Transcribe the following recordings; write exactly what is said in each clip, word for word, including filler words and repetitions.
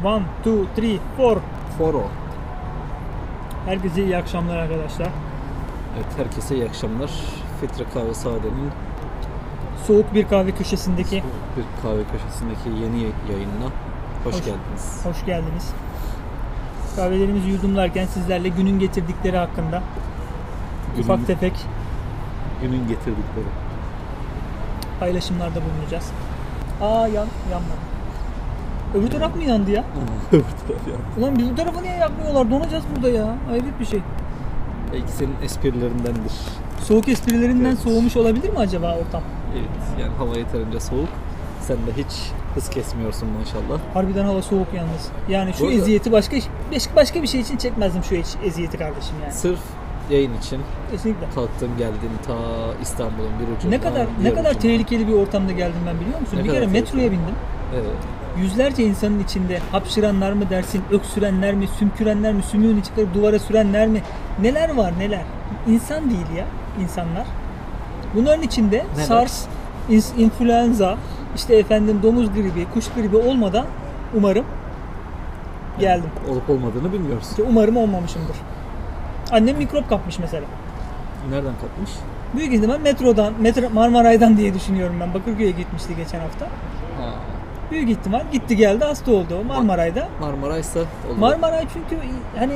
One, two, three, four. Foro. Herkese iyi akşamlar arkadaşlar. Evet, herkese iyi akşamlar. Filtre Kahve Sade'nin Soğuk bir kahve köşesindeki bir kahve köşesindeki yeni yayınına hoş, hoş geldiniz. Hoş geldiniz. Kahvelerimizi yudumlarken sizlerle günün getirdikleri hakkında günün, ufak tefek günün getirdikleri paylaşımlarda bulunacağız. Aa yan, yanmadı. Öbür taraf mı yandı ya? Öbür taraf yandı. Ulan biz bu tarafı niye yakmıyorlar? Donacağız burada ya. Hayret bir şey. Belki senin esprilerindendir. Soğuk esprilerinden evet. Soğumuş olabilir mi acaba ortam? Evet, yani hava yeterince soğuk. Sen de hiç hız kesmiyorsun maşallah. Harbiden hava soğuk yalnız. Yani şu Burada, eziyeti başka başka bir şey için çekmezdim şu eziyeti kardeşim yani. Sırf yayın için. Kesinlikle. Kalktın geldin ta İstanbul'un bir ucundan. Ne kadar ne kadar tehlikeli bir ortamda geldim ben biliyor musun? Ne bir kere metroya bindim. Evet. Yüzlerce insanın içinde hapşıranlar mı dersin, öksürenler mi, sümkürenler mi, sümüğünü çıkarıp duvara sürenler mi? Neler var neler. İnsan değil ya insanlar. Bunların içinde neler? SARS, influenza, işte efendim domuz gribi, kuş gribi olmadan umarım geldim. Olup olmadığını bilmiyoruz. Umarım olmamışımdır. Annem mikrop kapmış mesela. Nereden kapmış? Büyük ihtimal metrodan, metro, Marmaray'dan diye düşünüyorum ben. Bakırköy'e gitmişti geçen hafta. Ha. Büyük ihtimal gitti geldi hasta oldu Marmaray'da. Marmaray'sa olur. Marmaray çünkü hani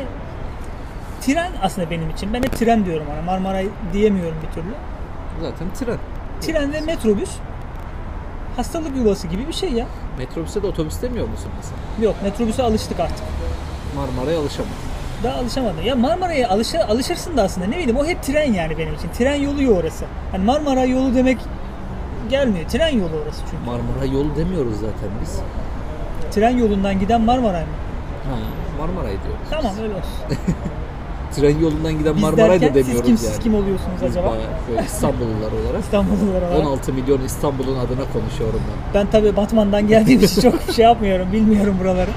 tren aslında benim için. Ben hep tren diyorum ona. Marmaray diyemiyorum bir türlü. Zaten tren. Tren ve metrobüs hastalık yuvası gibi bir şey ya. Metrobüse de otobüs demiyor musun mesela? Yok, metrobüse alıştık artık. Marmaray'a alışamadım. Daha alışamadım. Ya Marmaray'a alışır, alışırsın da aslında. Ne bileyim o hep tren yani benim için. Tren yolu ya orası. Hani Marmaray yolu demek gelmiyor. Tren yolu orası çünkü. Marmaray yolu demiyoruz zaten biz. Tren yolundan giden Marmaray mı? Ha, Marmaray diyoruz. Tamam öyle olsun. Tren yolundan giden biz Marmaray derken, da demiyoruz siz kim, yani. Siz kim oluyorsunuz biz acaba? Böyle İstanbullular olarak. İstanbullular olarak. on altı milyon İstanbul'un adına konuşuyorum ben. Ben tabii Batman'dan geldiğim için çok şey yapmıyorum. Bilmiyorum buraları.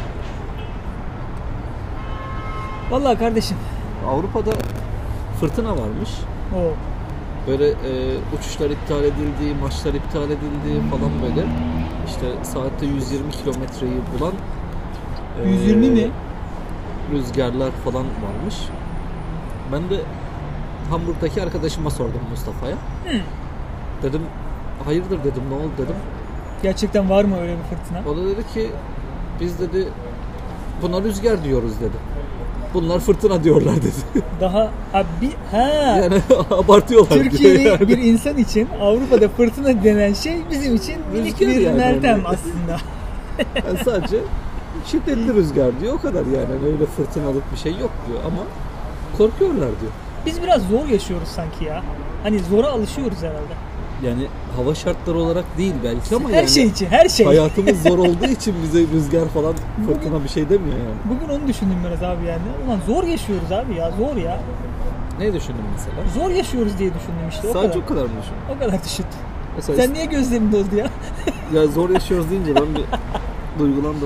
Vallahi kardeşim. Avrupa'da fırtına varmış. Oo. Böyle e, uçuşlar iptal edildi, maçlar iptal edildi falan böyle. İşte saatte yüz yirmi kilometreyi bulan e, yüz yirmi mi? Rüzgarlar falan varmış. Ben de Hamburg'daki arkadaşıma sordum, Mustafa'ya. Hı. Dedim hayırdır dedim, ne oldu dedim. Gerçekten var mı öyle bir fırtına? O da dedi ki biz dedi buna rüzgar diyoruz dedi. Bunlar fırtına diyorlar dedi. Daha abi ha. Yani abartıyorlar. Türkiye'li yani. bir insan için Avrupa'da fırtına denen şey bizim için minik bir yani meltem yani. aslında. Yani sadece şiddetli rüzgar diyor, o kadar yani. yani öyle fırtınalık bir şey yok diyor ama korkuyorlar diyor. Biz biraz zor yaşıyoruz sanki ya. Hani zora alışıyoruz herhalde. Yani hava şartları olarak değil belki ama her yani şey için, her şey. Hayatımız zor olduğu için bize rüzgar falan fırtına bugün, bir şey demiyor yani. Bugün onu düşündüm biraz abi yani. Ulan zor yaşıyoruz abi ya, zor ya. Ne düşündün mesela? Zor yaşıyoruz diye düşündüm işte. O Sadece kadar. o kadar mı düşündün? O kadar düşündüm. Mesela sen niye gözlerin doldu ya? Ya zor yaşıyoruz deyince ben bir duygulandım.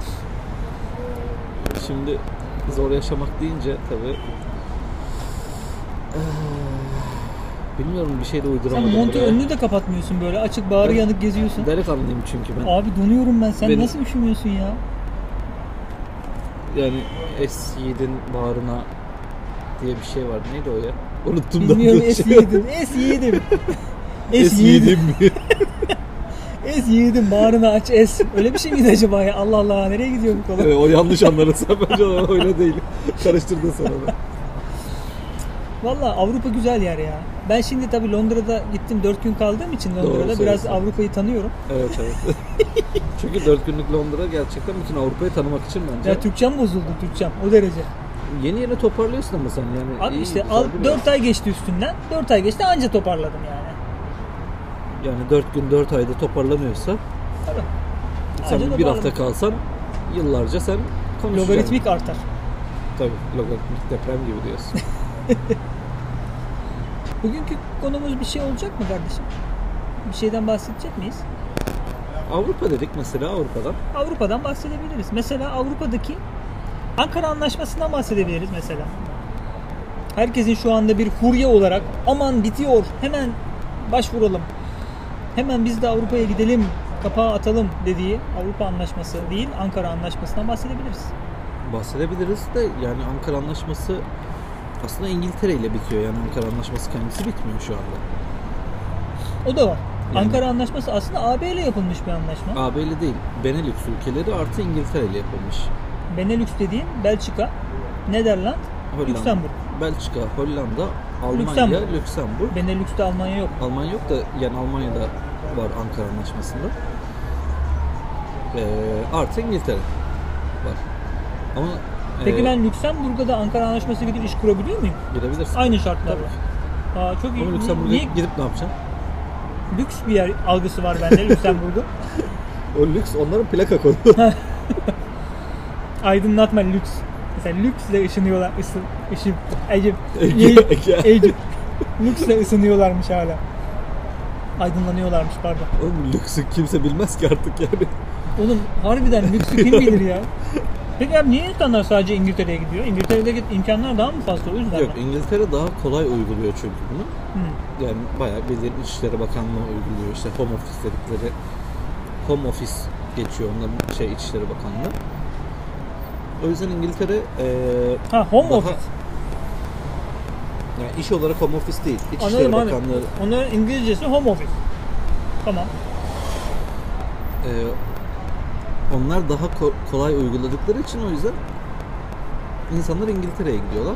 Şimdi zor yaşamak deyince tabii bilmiyorum, bir şey de uyduramadım. Sen montu önünü de kapatmıyorsun böyle, açık bağrı ben yanık geziyorsun. Delikanlıyım çünkü ben. Abi donuyorum ben, sen Benim, nasıl üşümüyorsun ya? Yani S yiğidin bağrına diye bir şey var. Neydi o ya? Unuttum da. Bilmiyorum, S yiğidim. S yiğidim. S yiğidim mi? S yiğidim bağrını aç S. Öyle bir şey miydi acaba ya? Allah Allah, nereye gidiyor bu konu? Evet, o yanlış anladın sen, bence öyle değil. Karıştırdın sen onu. Valla Avrupa güzel yer ya. Ben şimdi tabii Londra'da gittim, dört gün kaldığım için Londra'da Doğru, biraz Avrupa'yı tanıyorum. Evet evet. Çünkü dört günlük Londra gerçekten bütün Avrupa'yı tanımak için bence. Ya Türkçem bozuldu, Türkçem o derece. Yeni yeni toparlıyorsun ama sen yani. Abi iyi, işte al, dört ay geçti üstünden. dört ay geçti anca toparladım yani. Yani dört gün dört ayda toparlanıyorsa. Tabii. Sen bir, bir hafta kalsan yıllarca sen konuşacaksın. Logaritmik artar. Tabii, logaritmik deprem gibi diyorsun. Bugünkü konumuz bir şey olacak mı kardeşim? Bir şeyden bahsedecek miyiz? Avrupa dedik mesela, Avrupa'dan. Avrupa'dan bahsedebiliriz. Mesela Avrupa'daki Ankara Anlaşması'ndan bahsedebiliriz mesela. Herkesin şu anda bir furya olarak aman bitiyor, hemen başvuralım, hemen biz de Avrupa'ya gidelim kapağı atalım dediği Avrupa Anlaşması değil, Ankara Anlaşması'ndan bahsedebiliriz. Bahsedebiliriz de yani Ankara Anlaşması aslında İngiltere ile bitiyor. Yani Ankara Anlaşması kendisi bitmiyor şu anda. O da var. Yani, Ankara Anlaşması aslında A B ile yapılmış bir anlaşma. A B ile değil, Benelux ülkeleri artı İngiltere ile yapılmış. Benelux dediğin Belçika, Nederland, Hollanda, Lüksemburg. Belçika, Hollanda, Almanya, Lüksemburg. Lüksemburg. Benelux'ta Almanya yok. Almanya yok da yani Almanya'da var Ankara Anlaşması'nda. Ee, artı İngiltere var. Ama Peki e, ben Lüksemburg'a da Ankara Anlaşması gibi iş kurabiliyor muyum? gidebilirsin. Aynı şartlarla. Tabii. Aa, çok iyi. Ama Lüksemburg'a Niye? gidip ne yapacaksın? Lüks bir yer algısı var bende Lüksemburg'un. O lüks onların plaka kodu. Aydınlatma lüks. Mesela lüksle ışınıyorlar. Isın, ışın, ecim, Ege, Ege. ecim. Lüksle ısınıyorlarmış hala. Aydınlanıyorlarmış pardon. Oğlum lüksü kimse bilmez ki artık yani. Oğlum harbiden lüksü kim bilir ya? Peki abi niye insanlar sadece İngiltere'ye gidiyor? İngiltere'deki imkanlar daha mı fazla o yüzden Yok mi? İngiltere daha kolay uyguluyor çünkü bunu. Hı. Yani bayağı bildiğin İçişleri Bakanlığı uyguluyor. İşte Home Office dedikleri. Home Office geçiyor onların şey İçişleri Bakanlığı. O yüzden İngiltere ee, Ha home daha, office. yani iş olarak Home Office değil. İçişleri Anladım abi. Bakanlığı. Onların İngilizcesi home office. Tamam. Ee, onlar daha ko- kolay uyguladıkları için o yüzden insanlar İngiltere'ye gidiyorlar.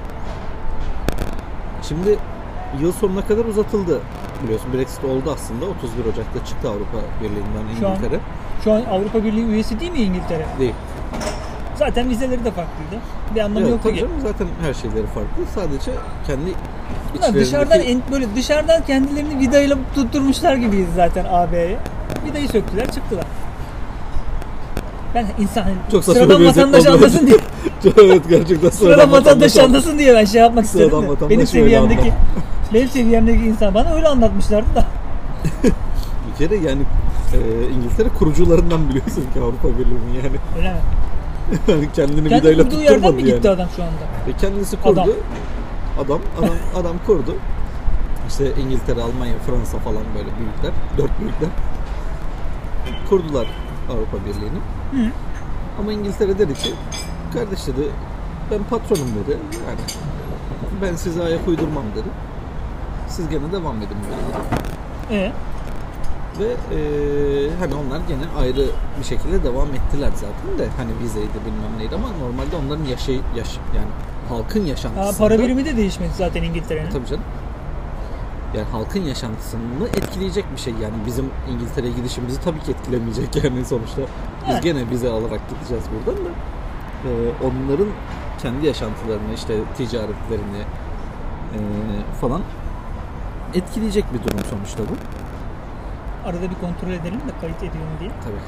Şimdi yıl sonuna kadar uzatıldı biliyorsun. Brexit oldu aslında. otuz bir Ocak'ta çıktı Avrupa Birliği'nden Şu an- İngiltere. Şu an Avrupa Birliği üyesi değil mi İngiltere? Değil. Zaten vizeleri de farklıydı. Bir anlamı Evet, yoktu tabii ki. canım, zaten her şeyleri farklı. Sadece kendi Bunlar içlerindeki... dışarıdan en, böyle dışarıdan kendilerini vidayla tutturmuşlar gibiyiz zaten A B'ye. Vidayı söktüler, çıktılar. Ben insan Çok saçma sıradan bir özet vatandaş oldu. anlasın diye, Evet gerçekten sıradan vatandaş anlasın diye ben şey yapmak istedim Sıradan de. vatandaş Benim öyle seviyemdeki anlar. benim seviyemdeki insan bana öyle anlatmışlardı da. Bir kere yani e, İngiltere kurucularından biliyorsun ki Avrupa Birliği'nin yani. Öyle mi? Yani kendini Kendi vidayla kurduğu yerden tutturmadı mi gitti yani. adam şu anda? E kendisi kurdu. Adam. Adam. Adam, adam, kurdu. İşte İngiltere, Almanya, Fransa falan böyle büyükler. Dört büyükler. Kurdular Avrupa Birliği'ni. Hı. Ama İngiltere dedi ki kardeş dedi ben patronum dedi. Yani ben size ayak uydurmam dedi. Siz gene devam edin böyle dedi. Ee? Ve e, hani onlar gene ayrı bir şekilde devam ettiler zaten de hani vizeydi bilmem neydi ama normalde onların yaşay yaş yani halkın yaşantısında Aa, para birimi de değişmedi zaten İngiltere'nin. tabii canım. Yani halkın yaşantısını etkileyecek bir şey yani bizim İngiltere'ye gidişimizi tabii ki etkilemeyecek yani sonuçta biz Evet. gene vize alarak gideceğiz buradan da e, onların kendi yaşantılarını işte ticaretlerini e, falan etkileyecek bir durum sonuçta bu. Arada bir kontrol edelim de kayıt ediyor mu diye. Tabii.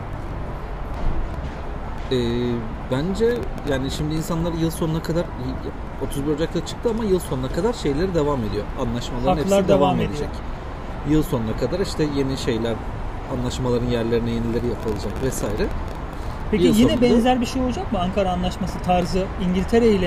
Ee, bence yani şimdi insanlar yıl sonuna kadar otuz bir Ocak'ta çıktı ama yıl sonuna kadar şeyleri devam ediyor. Anlaşmaların Haklar hepsi devam devam ediyor. edecek. Yıl sonuna kadar işte yeni şeyler, anlaşmaların yerlerine yenileri yapılacak vesaire. Peki Yıl yine sonunda- benzer bir şey olacak mı Ankara Anlaşması tarzı İngiltere ile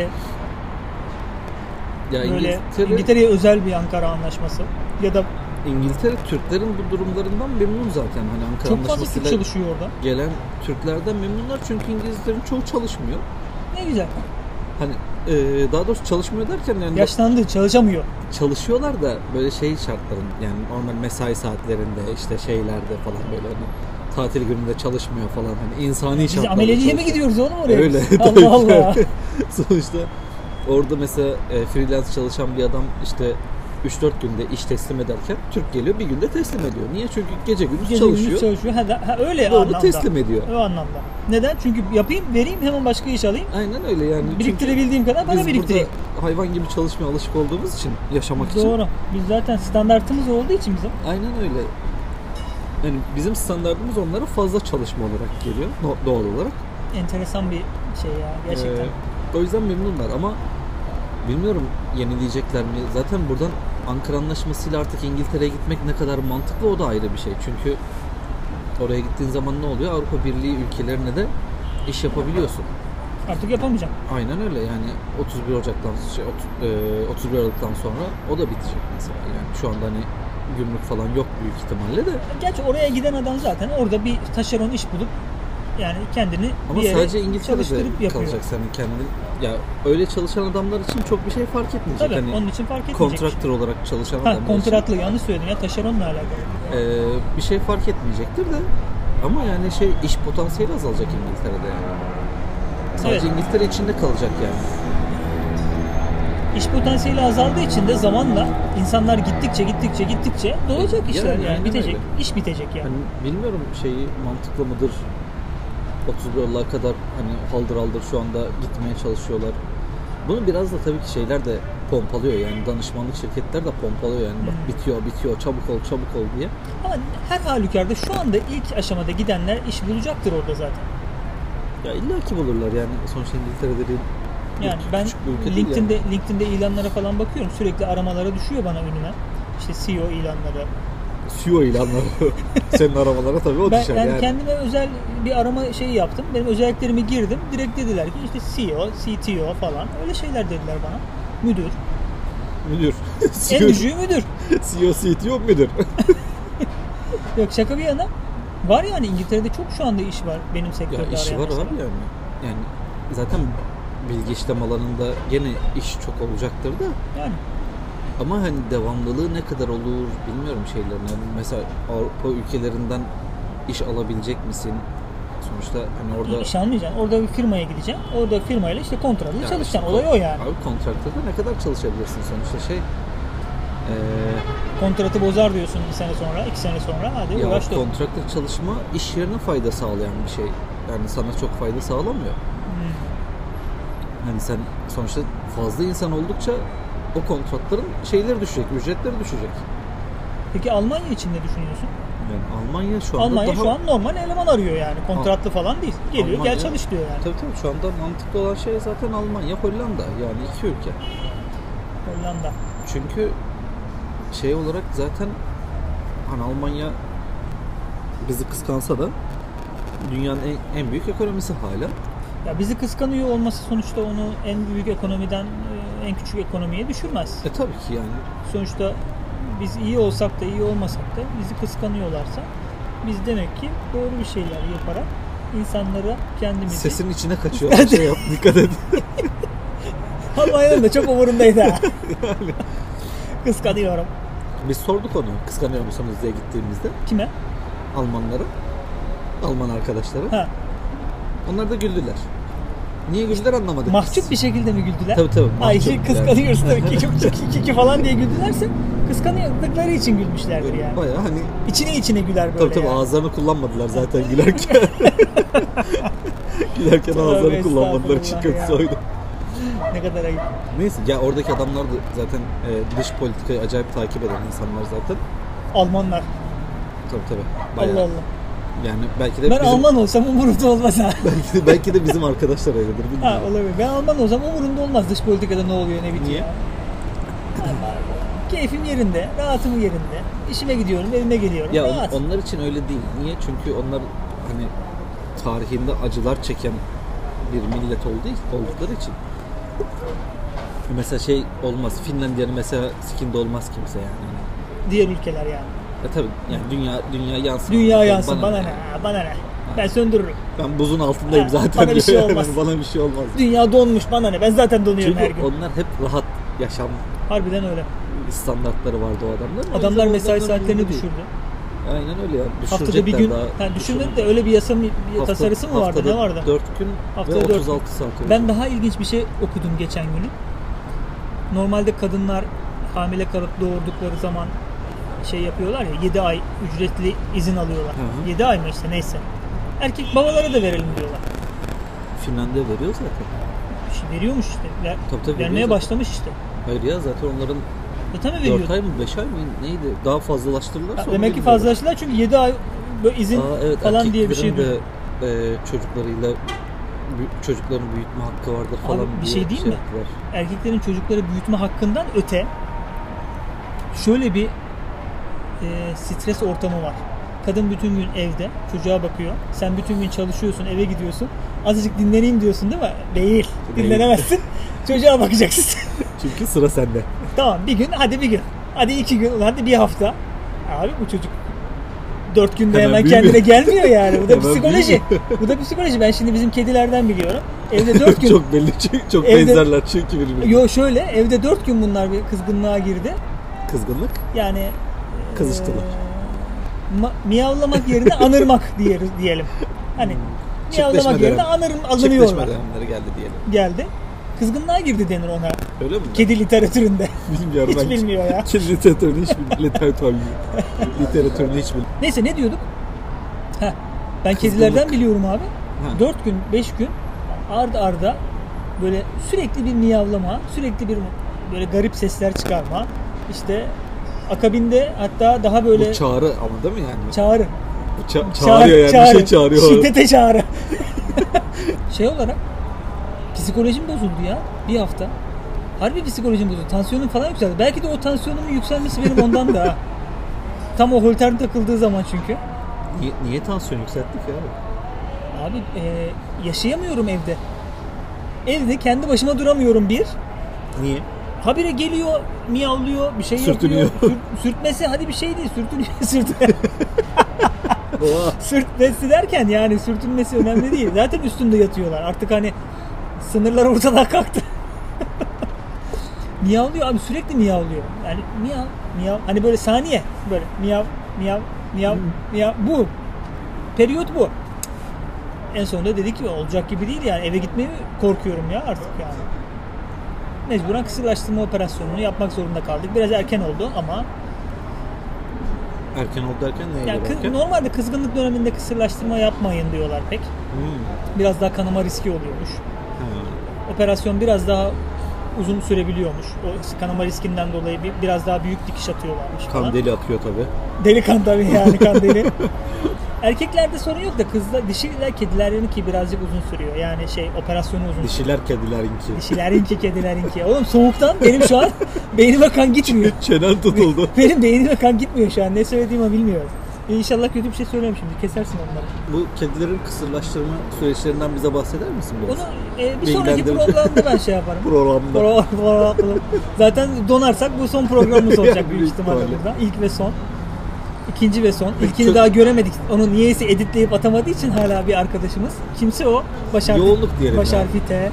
Ya böyle İngiltere, İngiltere'ye özel bir Ankara Anlaşması ya da İngiltere Türklerin bu durumlarından memnun zaten. Hani Ankara çok fazla Türk Anlaşması'yla çalışıyor orada. gelen Türklerden memnunlar çünkü İngilizlerin çoğu çalışmıyor. Ne güzel. Hani e, daha doğrusu çalışmıyor derken yani Yaşlandı, çalışamıyor. çalışıyorlar da böyle şey şartların yani normal mesai saatlerinde işte şeylerde falan böyle hani tatil gününde çalışmıyor falan hani insani Biz şartlarda ameliyeye mi çalışıyor. gidiyoruz oğlum oraya? Öyle. Allah tabii Allah. ki. Sonuçta orada mesela e, freelance çalışan bir adam işte üç dört günde iş teslim ederken Türk geliyor bir günde teslim ediyor. Niye? Çünkü gece gündüz Gece çalışıyor. gündüz çalışıyor. Ha, da- ha, öyle Ve onu anlamda. teslim ediyor. O anlamda. Neden? Çünkü yapayım, vereyim, hemen başka iş alayım. Aynen öyle yani. Çünkü Biriktirebildiğim kadar para biz biriktireyim. burada hayvan gibi çalışmaya alışık olduğumuz için yaşamak için. Doğru. Biz zaten standartımız olduğu için bizim. Aynen öyle. Yani bizim standartımız onlara fazla çalışma olarak geliyor no- doğal olarak. Enteresan bir şey ya gerçekten. Ee, o yüzden memnunlar ama bilmiyorum yenileyecekler mi? Zaten buradan Ankara Anlaşması'yla artık İngiltere'ye gitmek ne kadar mantıklı o da ayrı bir şey. Çünkü oraya gittiğin zaman ne oluyor? Avrupa Birliği ülkelerine de iş yapabiliyorsun. Artık yapamayacağım. Aynen öyle yani otuz bir Ocak'tan şey, otuz bir Aralık'tan sonra o da bitecek mesela. Yani şu anda hani gümrük falan yok büyük ihtimalle de. Gerçi oraya giden adam zaten orada bir taşeron iş bulup yani kendini ama bir yere sadece İngiltere'de çalıştırıp yapıyor. kalacak senin kendin. Ya öyle çalışan adamlar için çok bir şey fark etmeyecek. Tabii hani onun için fark etmeyecek. kontraktör olarak çalışan Ha, adamlar kontratlı için. yanlış söyledin ya, taşeronla alakalı. Ee, bir şey fark etmeyecektir de ama yani şey iş potansiyeli azalacak İngiltere'de yani. Sadece Evet. İngiltere içinde kalacak yani. İş potansiyeli azaldığı için de zamanla insanlar gittikçe gittikçe gittikçe dolacak Yani, işler yani, aynen bitecek. öyle. İş bitecek yani. Hani bilmiyorum şeyi mantıklı mıdır? otuzlu yıllara kadar hani haldır haldır şu anda gitmeye çalışıyorlar. Bunu biraz da tabii ki şeyler de pompalıyor yani danışmanlık şirketler de pompalıyor yani bak Hmm. bitiyor bitiyor çabuk ol çabuk ol diye. Ama her halükarda şu anda ilk aşamada gidenler iş bulacaktır orada zaten. Ya illa ki bulurlar yani sonuçta İngiltere dediğin Yani küçük ben bir ülke değil LinkedIn'de yani. LinkedIn'de ilanlara falan bakıyorum. Sürekli aramalara düşüyor bana önüme. İşte C E O ilanları. C E O ilanları senin aramalara tabii o Ben düşer yani, yani. kendime özel bir arama şeyi yaptım. Benim özelliklerimi girdim. Direkt dediler ki işte C E O, C T O falan öyle şeyler dediler bana. Müdür. Müdür. En düşüğü müdür. C E O, C T O müdür. Yok şaka bir yana. Var yani İngiltere'de çok şu anda iş var benim sektörde Ya işi arayan var mesela. abi yani. Yani zaten bilgi işlem alanında gene iş çok olacaktır da. Yani Ama hani devamlılığı ne kadar olur bilmiyorum şeylerin. Yani mesela Avrupa ülkelerinden iş alabilecek misin? Sonuçta hani orada iş almayacaksın. Orada bir firmaya gideceksin. Orada firmayla işte kontratlı Ya çalışacaksın. işte Olay o yani. Abi kontrakta da ne kadar çalışabilirsin sonuçta şey. Ee, Kontratı bozar diyorsun bir sene sonra, iki sene sonra. Hadi ya uğraş dur. kontrakta çalışma iş yerine fayda sağlayan bir şey. Yani sana çok fayda sağlamıyor. Hmm. Hani sen sonuçta fazla insan oldukça o kontratların şeyleri düşecek, ücretleri düşecek. Peki Almanya için ne düşünüyorsun? Yani Almanya şu anda Almanya daha... şu an normal eleman arıyor yani. Kontratlı falan değil. Geliyor Almanya- gel çalış diyor yani. Tabii tabii şu anda mantıklı olan şey zaten Almanya, Hollanda. Yani iki ülke. Hollanda. Çünkü şey olarak zaten hani Almanya bizi kıskansa da dünyanın en, en büyük ekonomisi hala. Ya bizi kıskanıyor olması sonuçta onu en büyük ekonomiden e, en küçük ekonomiye düşürmez. E tabii ki yani. Sonuçta biz iyi olsak da iyi olmasak da bizi kıskanıyorlarsa biz demek ki doğru bir şeyler yaparak insanlara kendimizi... Sesin içine kaçıyor. Şey yap, dikkat et. Almanya'nın da çok umurumdaydı ha. Yani. Kıskanıyorum. Biz sorduk onu. Kıskanıyor musunuz diye gittiğimizde Kime? Almanlara. Alman arkadaşlara. Ha. Onlar da güldüler. Niye güldüler anlamadık. Mahcup biz. bir şekilde mi güldüler? Tabii tabii. Ay mahcup şey yani. kıskanıyoruz tabii ki. Çok çok iki iki falan diye güldülerse kıskanıyordukları için gülmüşlerdir yani. Bayağı hani İçine içine güler böyle tabii tabii yani. ağızlarını kullanmadılar zaten gülerken. Gülerken Tövbe ağızlarını kullanmadılar. İşin estağfurullah kötüsü ya. oydu. Ne kadar ayıp. Neyse ya oradaki adamlar da zaten e, dış politikayı acayip takip eden insanlar zaten. Almanlar. Tabii tabii. Bayağı, Allah Allah. Yani belki de Ben bizim, Alman olsam umurumda olmaz ha. belki de, belki de bizim arkadaşlar öyledir bilmiyorum. Ha olabilir. Ben Alman olsam umurumda olmaz dış politikada ne oluyor ne bitiyor. Niye? Allah Allah. Keyfim yerinde, rahatım yerinde. İşime gidiyorum, evime geliyorum. Ya on- Rahat. onlar için öyle değil. Niye? Çünkü onlar hani tarihinde acılar çeken bir millet olduğu oldukları için. Mesela şey olmaz. Finlandiya'nın mesela sikinde olmaz kimse yani. Diğer ülkeler yani. Ya tabii yani dünya dünya yansın. Dünya Bana- yansın bana, ne? yani. Ha, bana ne? Ben söndürürüm. Ben buzun altındayım Ha, zaten. bana bir şey diyor yani. olmaz. Bana bir şey olmaz. Dünya donmuş bana ne? Ben zaten donuyorum Çünkü her gün. onlar hep rahat yaşam Harbiden öyle. standartları vardı o adamların. O Adamlar yüzden mesai onlardan saatlerini öyle değil. düşürdü. Aynen öyle ya. Haftada bir gün, yani düşünün de öyle bir yasa bir Hafta- tasarısı mı vardı? haftada Ne vardı? dört gün Haftada ve dört otuz altı saat olacak. Ben daha ilginç bir şey okudum geçen gün. Normalde kadınlar hamile kalıp doğurdukları zaman şey yapıyorlar ya, yedi ay ücretli izin alıyorlar. Hı hı. yedi ay mı işte neyse. Erkek babalara da verelim diyorlar. Finlandiya veriyor zaten. Bir şey veriyormuş işte. Ver, Tabii tabii vermeye veriyor başlamış işte. Hayır ya zaten onların E tabii veriyor. dört ay mı beş ay mı neydi? Daha fazlalaştırırlar. Ha, demek ki fazlalaştılar çünkü yedi ay böyle izin Aa, evet, falan diye bir şey erkeklerin diyor. de e, çocuklarıyla büyü- çocukların büyütme hakkı vardır falan Abi, bir diye şey değil mi? yaptılar. Erkeklerin çocukları büyütme hakkından öte şöyle bir e, stres ortamı var. Kadın bütün gün evde çocuğa bakıyor. Sen bütün gün çalışıyorsun, eve gidiyorsun. Azıcık dinleneyim diyorsun değil mi? Değil. Değil. Dinlenemezsin. Çocuğa bakacaksın. Çünkü sıra sende. Tamam bir gün, hadi bir gün. Hadi iki gün, hadi bir hafta. Abi bu çocuk dört günde Hemen hemen büyümüyor. kendine gelmiyor yani. Bu da Hemen psikoloji. Bu da psikoloji. Ben şimdi bizim kedilerden biliyorum. Evde dört gün. Çok belli çünkü çok Evde- benzerler çünkü birbirine. Yo şöyle evde dört gün bunlar bir kızgınlığa girdi. Kızgınlık. Yani Kızıştılar. eee, ma- miyavlamak yerine anırmak diyoruz diyelim. Hani miyavlamak Çiftleşme yerine dönemi. anır Çiftleşme alınıyorlar. dönemleri geldi diyelim. Geldi. Kızgınlığa girdi denir ona. Öyle mi? Kedi literatüründe. Bilmiyorum Hiç ben. bilmiyor ya. Kedi literatürünü hiç bilmiyorum. Literatürünü. Literatürünü hiç bilmiyorum. Neyse ne diyorduk? Heh, ben Kızgınlık. kedilerden biliyorum abi. Ha. dört gün, beş gün arda arda böyle sürekli bir miyavlama, sürekli bir böyle garip sesler çıkarma. İşte akabinde hatta daha böyle Bu çağrı ama değil mi yani? çağrı. Bu ça- çağırıyor yani bir şey çağırıyor. Şiddete çağrı. Şey olarak psikolojim bozuldu ya bir hafta. Harbi psikolojim bozuldu. Tansiyonum falan yükseldi. Belki de o tansiyonumun yükselmesi benim ondan da. Ha. Tam o holter takıldığı zaman çünkü. Niye, niye tansiyon yükselttik ya? Abi e, yaşayamıyorum evde. Evde kendi başıma duramıyorum bir. Niye? Habire geliyor, miyavlıyor, bir şey Sürtünüyor. yapıyor. Sür- sürtmesi hadi bir şey değil, sürtünüyor. Sürt Oha. sürtmesi derken yani sürtünmesi önemli değil. Zaten üstünde yatıyorlar. Artık hani sınırlar ortadan kalktı. Miyavlıyor abi, sürekli miyavlıyor. Yani miyav, miyav. Hani böyle saniye böyle miyav, miyav, miyav, miyav. Bu. Periyot bu. En sonunda dedik ki olacak gibi değil yani. Eve gitmeye korkuyorum ya artık yani. Mecburen kısırlaştırma operasyonunu yapmak zorunda kaldık. Biraz erken oldu ama Erken oldu derken neye yani göre kı- erken? normalde kızgınlık döneminde kısırlaştırma yapmayın diyorlar pek. Hmm. Biraz daha kanama riski oluyormuş. Ha. Operasyon biraz daha uzun sürebiliyormuş. O kanama riskinden dolayı bir, biraz daha büyük dikiş atıyorlarmış falan. Kan deli akıyor tabi. Deli kan tabii yani kan deli. Erkeklerde sorun yok da kızlar, dişiler kedilerinki birazcık uzun sürüyor. Yani şey operasyonu uzun sürüyor. Dişiler kedilerinki. Dişilerinki kedilerinki. Oğlum soğuktan benim şu an beynime kan gitmiyor. Çenen tutuldu. Benim beynime kan gitmiyor şu an. Ne söylediğimi bilmiyorum. İnşallah kötü bir şey söylüyorum şimdi. Kesersin onları. Bu kedilerin kısırlaştırma süreçlerinden bize bahseder misin biraz? Onu e, bir sonraki Bilgilendirici. programda ben şey yaparım. Programda. Pro- pro- Zaten donarsak bu son programımız olacak Yani büyük büyük ihtimalle ihtimalle. burada. İlk ve son. İkinci ve son. İlkini Kö- daha göremedik. Onu niyeyse editleyip atamadığı için hala bir arkadaşımız. Kimse o. Baş harfi, Yoğunluk diyelim baş yani. harfi T.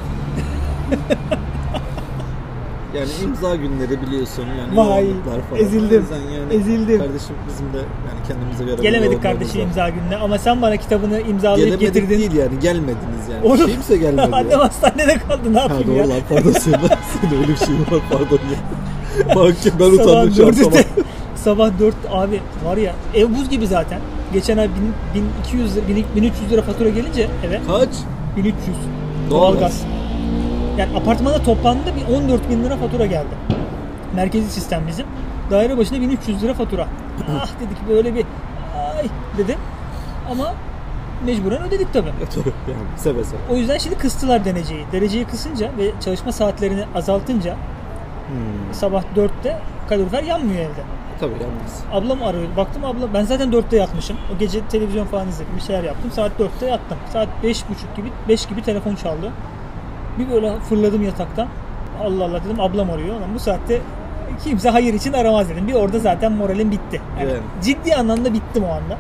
Yani imza günleri biliyorsun yani Vay, yoğunluklar falan. ezildim, O yüzden yani ezildim. Kardeşim bizim de yani kendimize göre bir Gelemedik yoğunluğumuz kardeşim var. imza gününe ama sen bana kitabını imzalayıp Gelemedik getirdin. değil yani gelmediniz yani. Oğlum, Kimse gelmedi. Annem yani. hastanede kaldı ne Ha yapayım doğru ya. lan pardon senin, senin öyle bir şey var pardon ya. Bak ki ben Sabah utandım şu an dörtte- sabah. Sabah dört abi var ya ev buz gibi zaten. Geçen ay bin- bin iki yüz lira, bin- bin üç yüz lira fatura gelince eve Kaç? bin üç yüz Doğalgaz. doğalgaz. Yani apartmana toplamda bir on dört bin lira fatura geldi. Merkezi sistem bizim. Daire başına bin üç yüz lira fatura. Ah dedik böyle bir ay dedim. Ama mecburen ödedik tabii. Ya tabii yani seve seve. O yüzden şimdi kıstılar dereceyi. Dereceyi kısınca ve çalışma saatlerini azaltınca Hmm. sabah dörtte kalorifer yanmıyor evde. Tabii yalnız. Ablam arıyor. Baktım abla ben zaten dörtte yatmışım. O gece televizyon falan izledim. Bir şeyler yaptım. Saat dörtte yattım. Saat beş buçuk gibi beş gibi telefon çaldı. Bir böyle fırladım yataktan. Allah Allah dedim ablam arıyor. Lan bu saatte kimse hayır için aramaz dedim. Bir orada zaten moralim bitti. Yani Yani. ciddi anlamda bittim o anda.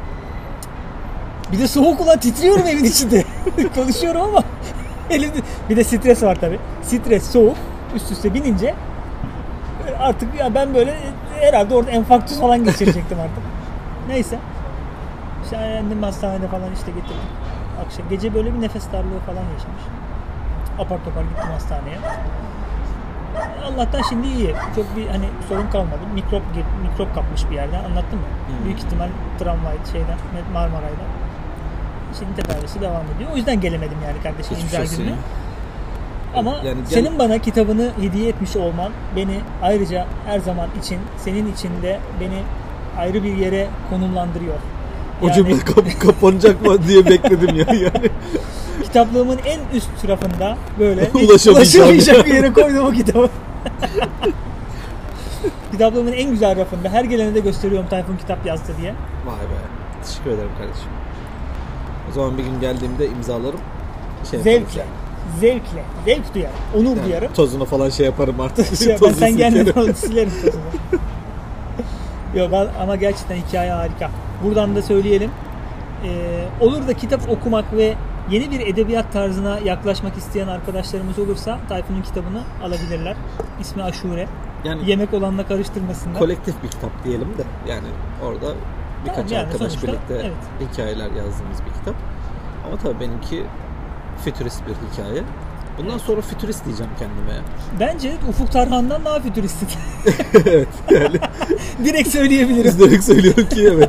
Bir de soğuk ulan titriyorum evin içinde. Konuşuyorum ama elimde bir de stres var tabii. Stres, soğuk üst üste binince artık ya ben böyle herhalde orada enfarktüs falan geçirecektim artık. Neyse. İşte annem hastanede falan işte getirdim. Akşam gece böyle bir nefes darlığı falan yaşamış. Apar topar gittim hastaneye. Allah'tan şimdi iyi. Çok bir hani sorun kalmadı. Mikrop mikrop kapmış bir yerden. Anlattım mı? Hmm. Büyük ihtimal tramvay şeyden Marmaray'dan. Şimdi tedavisi devam ediyor. O yüzden gelemedim yani kardeşim Hiçbir imza şey gününe. söyleyeyim. Ama Yani gel- senin bana kitabını hediye etmiş olman beni ayrıca her zaman için senin için de beni ayrı bir yere konumlandırıyor. O Yani cümle kap- kapanacak mı diye bekledim ya yani. kitaplığımın en üst rafında böyle hiç Ulaşamayacağım ulaşamayacak yani. bir yere koydum o kitabı. Kitaplığımın en güzel rafında her gelene de gösteriyorum Tayfun kitap yazdı diye. Vay be. Teşekkür ederim kardeşim. O zaman bir gün geldiğimde imzalarım. Şey yaparız Zevkle. yani. Zevkle. Zevk duyarım. Onur Yani duyarım. tozuna falan şey yaparım artık. Şey, ben Tozunu sen gelmeden silkerim. onu silerim tozunu. Yok ama gerçekten hikaye harika. Buradan da söyleyelim. Ee, olur da kitap okumak ve yeni bir edebiyat tarzına yaklaşmak isteyen arkadaşlarımız olursa Tayfun'un kitabını alabilirler. İsmi Aşure. Yani yemek olanla karıştırmasınlar. Kolektif bir kitap diyelim de yani orada birkaç tamam, yani arkadaş sonuçta, birlikte evet. hikayeler yazdığımız bir kitap. Ama tabii benimki fütürist bir hikaye. Bundan evet. sonra fütürist diyeceğim kendime ya. Bence Ufuk Tarhan'dan daha fütüristik. Evet yani. Direkt söyleyebilirim. Biz direkt söylüyorum ki evet.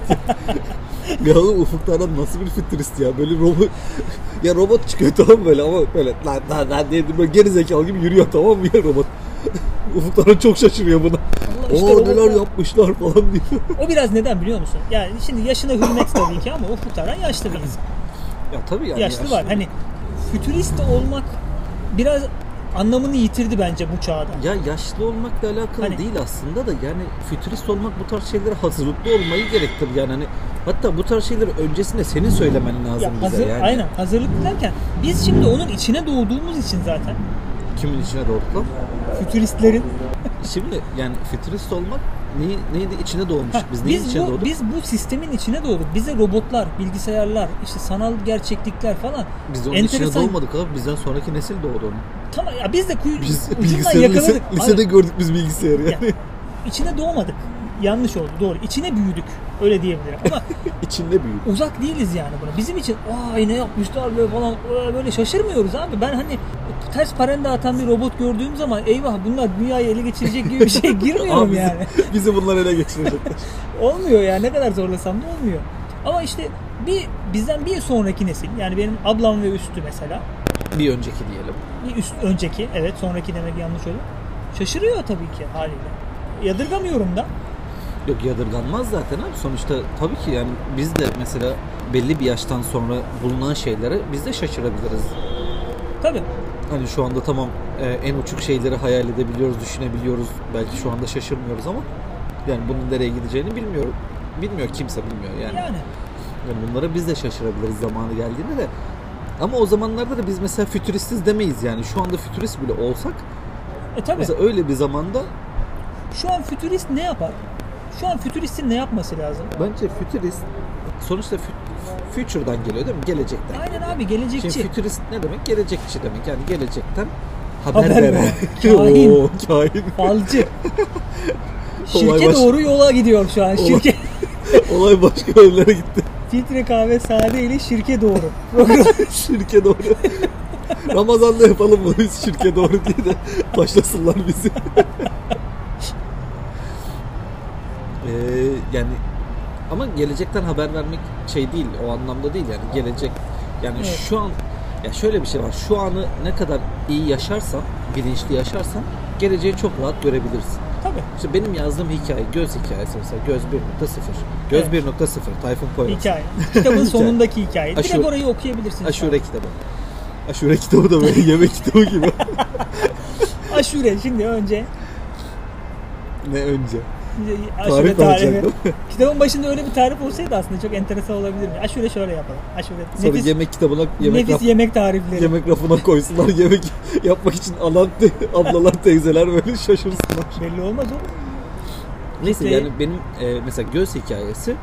Ya Ufuk Tarhan nasıl bir fütürist ya, böyle robot ya robot çıkıyor tamam böyle ama böyle lan lan lan diye böyle geri zekalı gibi yürüyor tamam mı ya robot. Ufuk Tarhan çok şaşırıyor buna. İşte o neler yapmışlar falan diyor. O biraz neden biliyor musun? Yani şimdi yaşına hürmet tabii ki ama Ufuk Tarhan yaşlı bir insan. Ya tabii yani. Yaşlı, yaşlı var. Hani fütürist olmak biraz anlamını yitirdi bence bu çağda. Ya yaşlı olmakla alakalı hani, değil aslında da yani fütürist olmak bu tarz şeylere hazırlıklı olmayı gerektirir yani hani hatta bu tarz şeyleri öncesinde senin söylemen lazım ya bize hazır, yani. Aynen hazırlıklı derken biz şimdi onun içine doğduğumuz için zaten. Kimin içine doğduk lan? Fütüristlerin. Şimdi yani fütürist olmak neyi, neydi içine doğmuştuk ha, biz neyin biz içine bu, doğduk? Biz bu sistemin içine doğduk. Bize robotlar, bilgisayarlar, işte sanal gerçeklikler falan. Biz onun enteresan... içine doğmadık abi. Bizden sonraki nesil doğdu onu. Tamam ya biz de kuyu biz ucundan yakaladık. Lise, lisede gördük biz bilgisayarı yani. yani. İçine doğmadık. Yanlış oldu doğru. İçine büyüdük. Öyle diyebilirim ama içinde büyüdük. Uzak değiliz yani buna. Bizim için vay ne yapmışlar böyle falan böyle şaşırmıyoruz abi. Ben hani ters parende atan bir robot gördüğüm zaman eyvah bunlar dünyayı ele geçirecek gibi bir şey girmiyorum bizi, yani. Bizi bunlar ele geçirecekler. Olmuyor ya, ne kadar zorlasam da olmuyor. Ama işte bir bizden bir sonraki nesil yani benim ablam ve üstü mesela. Bir önceki diyelim. Bir üst önceki evet sonraki demek yanlış olur. Şaşırıyor tabii ki haliyle. Yadırgamıyorum da. Yok yadırganmaz zaten abi. Sonuçta tabii ki yani biz de mesela belli bir yaştan sonra bulunan şeylere biz de şaşırabiliriz. Tabii. Hani şu anda tamam e, en uçuk şeyleri hayal edebiliyoruz, düşünebiliyoruz. Belki şu anda şaşırmıyoruz ama yani bunun nereye gideceğini bilmiyor. Bilmiyor kimse bilmiyor yani. Yani. Yani bunlara biz de şaşırabiliriz zamanı geldiğinde de. Ama o zamanlarda da biz mesela fütüristiz demeyiz yani. Şu anda fütürist bile olsak e, tabii. Mesela öyle bir zamanda şu an fütürist ne yapar? Şu an fütüristin ne yapması lazım? Bence fütürist sonuçta future'dan geliyor değil mi? Gelecekten. Aynen abi, gelecekçi. Şimdi fütürist ne demek? Gelecekçi demek. Yani gelecekten haber, haber veren. Kahin. Oo, kahin. Falcı. Şirke baş... doğru yola gidiyor şu an. Olay, şirke. Olay başka yerlere gitti. Filtre kahve sade ile şirke doğru. Şirke doğru. Ramazan'da yapalım bunu biz şirke doğru diye de başlasınlar bizi. Ee, yani ama gelecekten haber vermek şey değil, o anlamda değil yani gelecek yani evet. Şu an ya şöyle bir şey var, şu anı ne kadar iyi yaşarsan, bilinçli yaşarsan geleceği çok rahat görebilirsin. Tabii. İşte benim yazdığım hikaye göz hikayesi mesela göz bir nokta sıfır. Göz evet. bir nokta sıfır Tayfun Poyraz. Hikaye. Kitabın sonundaki hikaye. Aşure, direkt orayı okuyabilirsin. Aşure kitabı. Aşure kitabı da böyle yemek kitabı gibi. Aşure şimdi önce. Ne önce? Aşure tarifi. Kitabın başında öyle bir tarif olsaydı aslında çok enteresan olabilir mi? Aşure şöyle yapalım. Aşure. Sonra nefis, yemek kitabına yemek nefis raf, yemek tarifleri. Yemek rafına koysunlar. Yemek yapmak için alan te, ablalar, teyzeler böyle şaşırsınlar. Belli olmaz o. Neyse işte, yani benim e, mesela göz hikayesi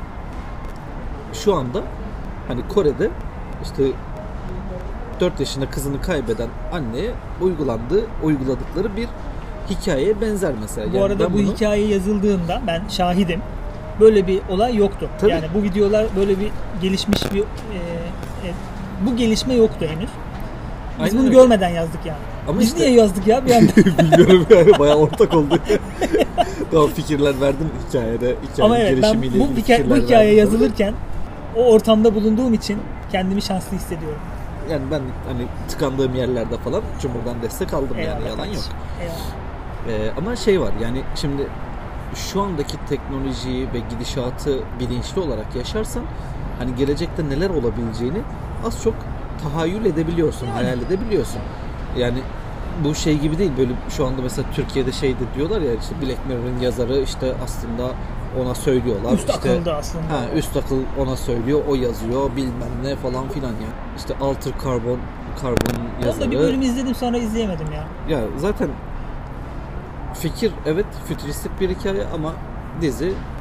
şu anda hani Kore'de işte dört yaşında kızını kaybeden anneye uygulandığı, uyguladıkları bir hikayeye benzer mesela. Bu yani arada bu bunu... hikaye yazıldığında ben şahidim. Böyle bir olay yoktu. Tabii. Yani bu videolar böyle bir gelişmiş bir e, e, bu gelişme yoktu henüz. Biz Aynen bunu öyle. Görmeden yazdık yani. Ama Biz işte... niye yazdık ya bir anda? Bilmiyorum yani bayağı ortak oldu. Tamam fikirler verdim hikayede. Ama evet ben bu, hikaye, bu hikaye yazılırken o ortamda bulunduğum için kendimi şanslı hissediyorum. Yani ben hani tıkandığım yerlerde falan Cumhur'dan destek aldım. Eyvallah, yani yalan yok. Ee, ama şey var yani şimdi şu andaki teknolojiyi ve gidişatı bilinçli olarak yaşarsan hani gelecekte neler olabileceğini az çok tahayyül edebiliyorsun, yani. hayal edebiliyorsun. Yani bu şey gibi değil böyle şu anda mesela Türkiye'de şey de diyorlar ya işte Black Mirror'ın yazarı işte aslında ona söylüyorlar. Üst işte, akılda aslında. Ha, üst akıl ona söylüyor, o yazıyor bilmem ne falan filan yani. İşte Alter Carbon, Carbon yazarı. Onda bir bölüm izledim sonra izleyemedim ya. Ya zaten fikir evet fütüristik bir hikaye ama dizi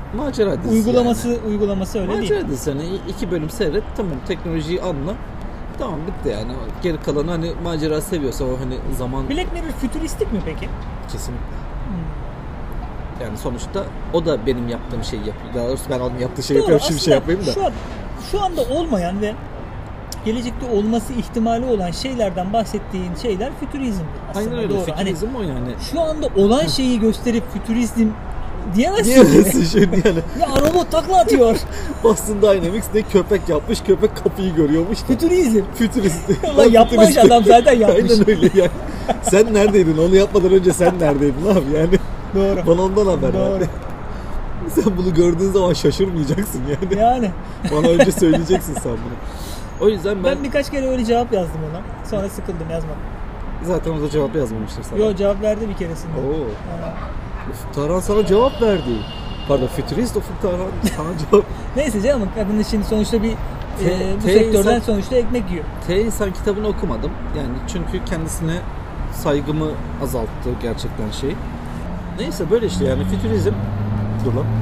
Macera dizisi Uygulaması yani. uygulaması öyle Macera değil. dizisi hani iki bölüm seyret, tamam, teknolojiyi anla. Tamam, bitti yani. Geri kalanı hani macera seviyorsa, o hani zaman Black Mirror fütüristik mi peki? kesinlikle. Hmm. Yani sonuçta o da benim yaptığım şeyi yapıyor. Daha doğrusu ben onun yaptığı şeyi Doğru, yapıyorum, şimdi bir şey yapmayayım da. Şu, an, şu anda olmayan ve gelecekte olması ihtimali olan şeylerden bahsettiğin şeyler fütürizmdir aslında. Aynen öyle. Doğru. Fütürizm Hani o yani. şu anda olan şeyi gösterip fütürizm diyemezsin. Diyemezsin şimdi yani. Ya robot takla atıyor. Boston Dynamics ne köpek yapmış, köpek kapıyı görüyormuş da. Fütürizm. Fütürist. Ulan yapmış adam, zaten yapmış. Aynen öyle yani. Sen neredeydin? Onu yapmadan önce sen neredeydin abi yani? Doğru. Bana ondan haber Doğru. ver. Sen bunu gördüğün zaman şaşırmayacaksın yani. Yani. Bana önce söyleyeceksin sen bunu. O yüzden ben, Ben birkaç kere öyle cevap yazdım ona. Sonra sıkıldım, yazmadım. zaten o da cevap yazmamıştır sana. Yo, cevap verdi bir keresinde. Oo. Ha. Ufuk Tarhan sana cevap verdi. Pardon, fütürist Ufuk Tarhan sana cevap. Neyse canım, kadının şimdi sonuçta bir Te- e, bu te- sektörden insan- sonuçta ekmek yiyor. T insan kitabını okumadım. Yani çünkü kendisine saygımı azalttı gerçekten şey. Neyse böyle işte yani fütürizm. Dur lan.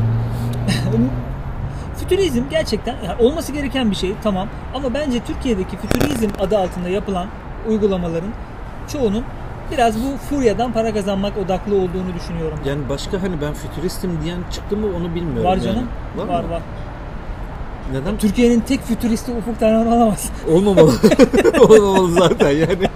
Fütürizm gerçekten yani olması gereken bir şey, tamam, ama bence Türkiye'deki fütürizm adı altında yapılan uygulamaların çoğunun biraz bu furyadan para kazanmak odaklı olduğunu düşünüyorum. Yani başka hani ben fütüristim diyen çıktı mı onu bilmiyorum. Var yani. canım. Var Var mı? var. Neden? Türkiye'nin tek fütüristi Ufuk Tarhan olamaz. Olmamalı. Olmamalı zaten yani.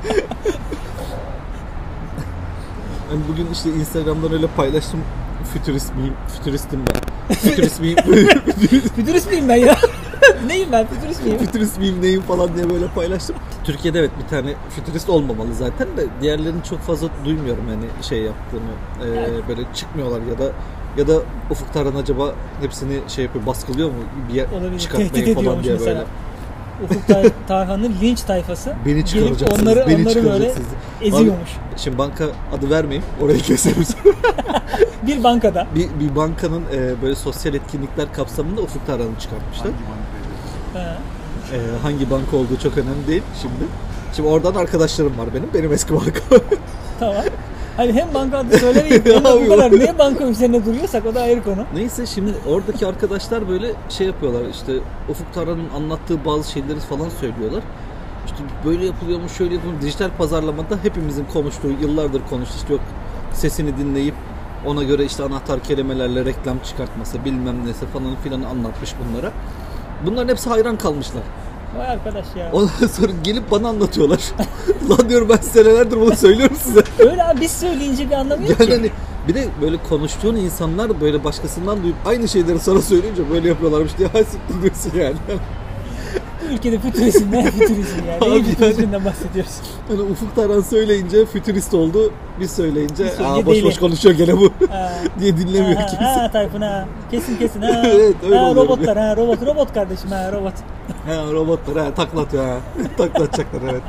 Hani bugün işte Instagram'dan öyle paylaştım. Fütürist miyim? Fütüristim ben. Fütürist miyim? Fütürist miyim ben ya? Neyim ben? Fütürist miyim? Fütürist miyim neyim falan diye böyle paylaştım. Türkiye'de evet bir tane fütürist olmamalı zaten de diğerlerini çok fazla duymuyorum yani şey yaptığını. Ee, Evet. Böyle çıkmıyorlar ya da ya da Ufuk Tarhan acaba hepsini şey yapıyor, baskılıyor mu bir yer Olabilir. çıkartmayı Tehdit falan ediyormuş diye mesela. böyle. Ufuk Tar- Tarhan'ın linç tayfası Beni gelip çıkaracaksınız, onları, beni onları böyle çıkaracaksınız. eziyormuş. Abi, şimdi banka adı vermeyeyim, orayı keseriz. Bir bankada. bir, bir bankanın e, böyle sosyal etkinlikler kapsamında Ufuk Tarhan'ı çıkartmışlar. Ha. E, hangi banka olduğu çok önemli değil şimdi. Şimdi oradan arkadaşlarım var benim, benim eski banka. Tamam. Hani hem banka adı söylemeyip hem de bu kadar niye banka üzerine duruyorsak o da ayrı konu. Neyse şimdi oradaki arkadaşlar böyle şey yapıyorlar, işte Ufuk Tarhan'ın anlattığı bazı şeyleri falan söylüyorlar. İşte böyle yapılıyormuş, şöyle yapılıyormuş. Dijital pazarlamada hepimizin konuştuğu, yıllardır konuştu işte, yok sesini dinleyip ona göre işte anahtar kelimelerle reklam çıkartması bilmem neyse falan filan anlatmış bunlara. Bunların hepsi hayran kalmışlar. Vay arkadaş ya. Ondan sonra gelip bana anlatıyorlar. Lan diyorum, ben senelerdir bunu söylüyorum size. Öyle abi, biz söyleyince bir anlamı yok Yani ki. hani bir de böyle konuştuğun insanlar böyle başkasından duyup aynı şeyleri sana söyleyince böyle yapıyorlarmış diye hasip diyorsun yani. Bu ülkede fütürizm ne fütürizm ya. Abi Neyin yani- fütürizminden bahsediyoruz? Hani Ufuk Tarhan söyleyince fütürist oldu, biz söyleyince Biz söyleyince aa boş deli." boş konuşuyor gene bu Ha. diye dinlemiyor ha, kimse. ha, Tayfun ha. Kesin kesin ha. Evet, öyle ha, oluyor. robotlar ha. Robot, robot kardeşim ha. Robot. Ha, robotlar ha taklatıyor ha. Taklatacaklar evet.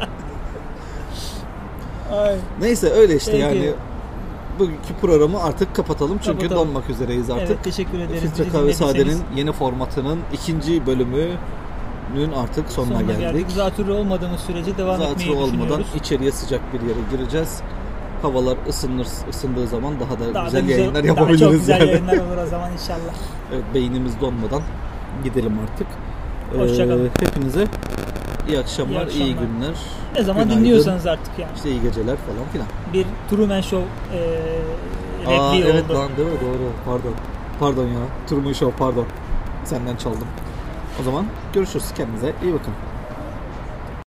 Ay. Neyse öyle işte Peki. yani. Bugünkü programı artık kapatalım çünkü Kapatalım. donmak üzereyiz artık. Evet, teşekkür ederiz. Filtre Bizi Kahve dinlediyseniz. Sade'nin yeni formatının ikinci bölümünün artık sonuna, Sonuna geldik. geldik. Zatürre olmadığımız sürece devam Zatürre etmeyi olmadan düşünüyoruz. içeriye sıcak bir yere gireceğiz. Havalar ısınır, ısındığı zaman daha da Daha da güzel yayınlar Daha yapabiliriz çok güzel yani. yayınlar olur o zaman inşallah. Evet, beynimiz donmadan gidelim artık. Hoşça kalın. Ee, hepinize iyi akşamlar, iyi, akşamlar. günler. Ne zaman günaydın, dinliyorsanız artık yani. İşte iyi geceler falan filan. Bir Truman Show e, Aa repliği evet oldu. lan, değil mi? Doğru. Pardon. Pardon ya. Truman Show pardon. Senden çaldım. O zaman görüşürüz. Kendinize iyi bakın.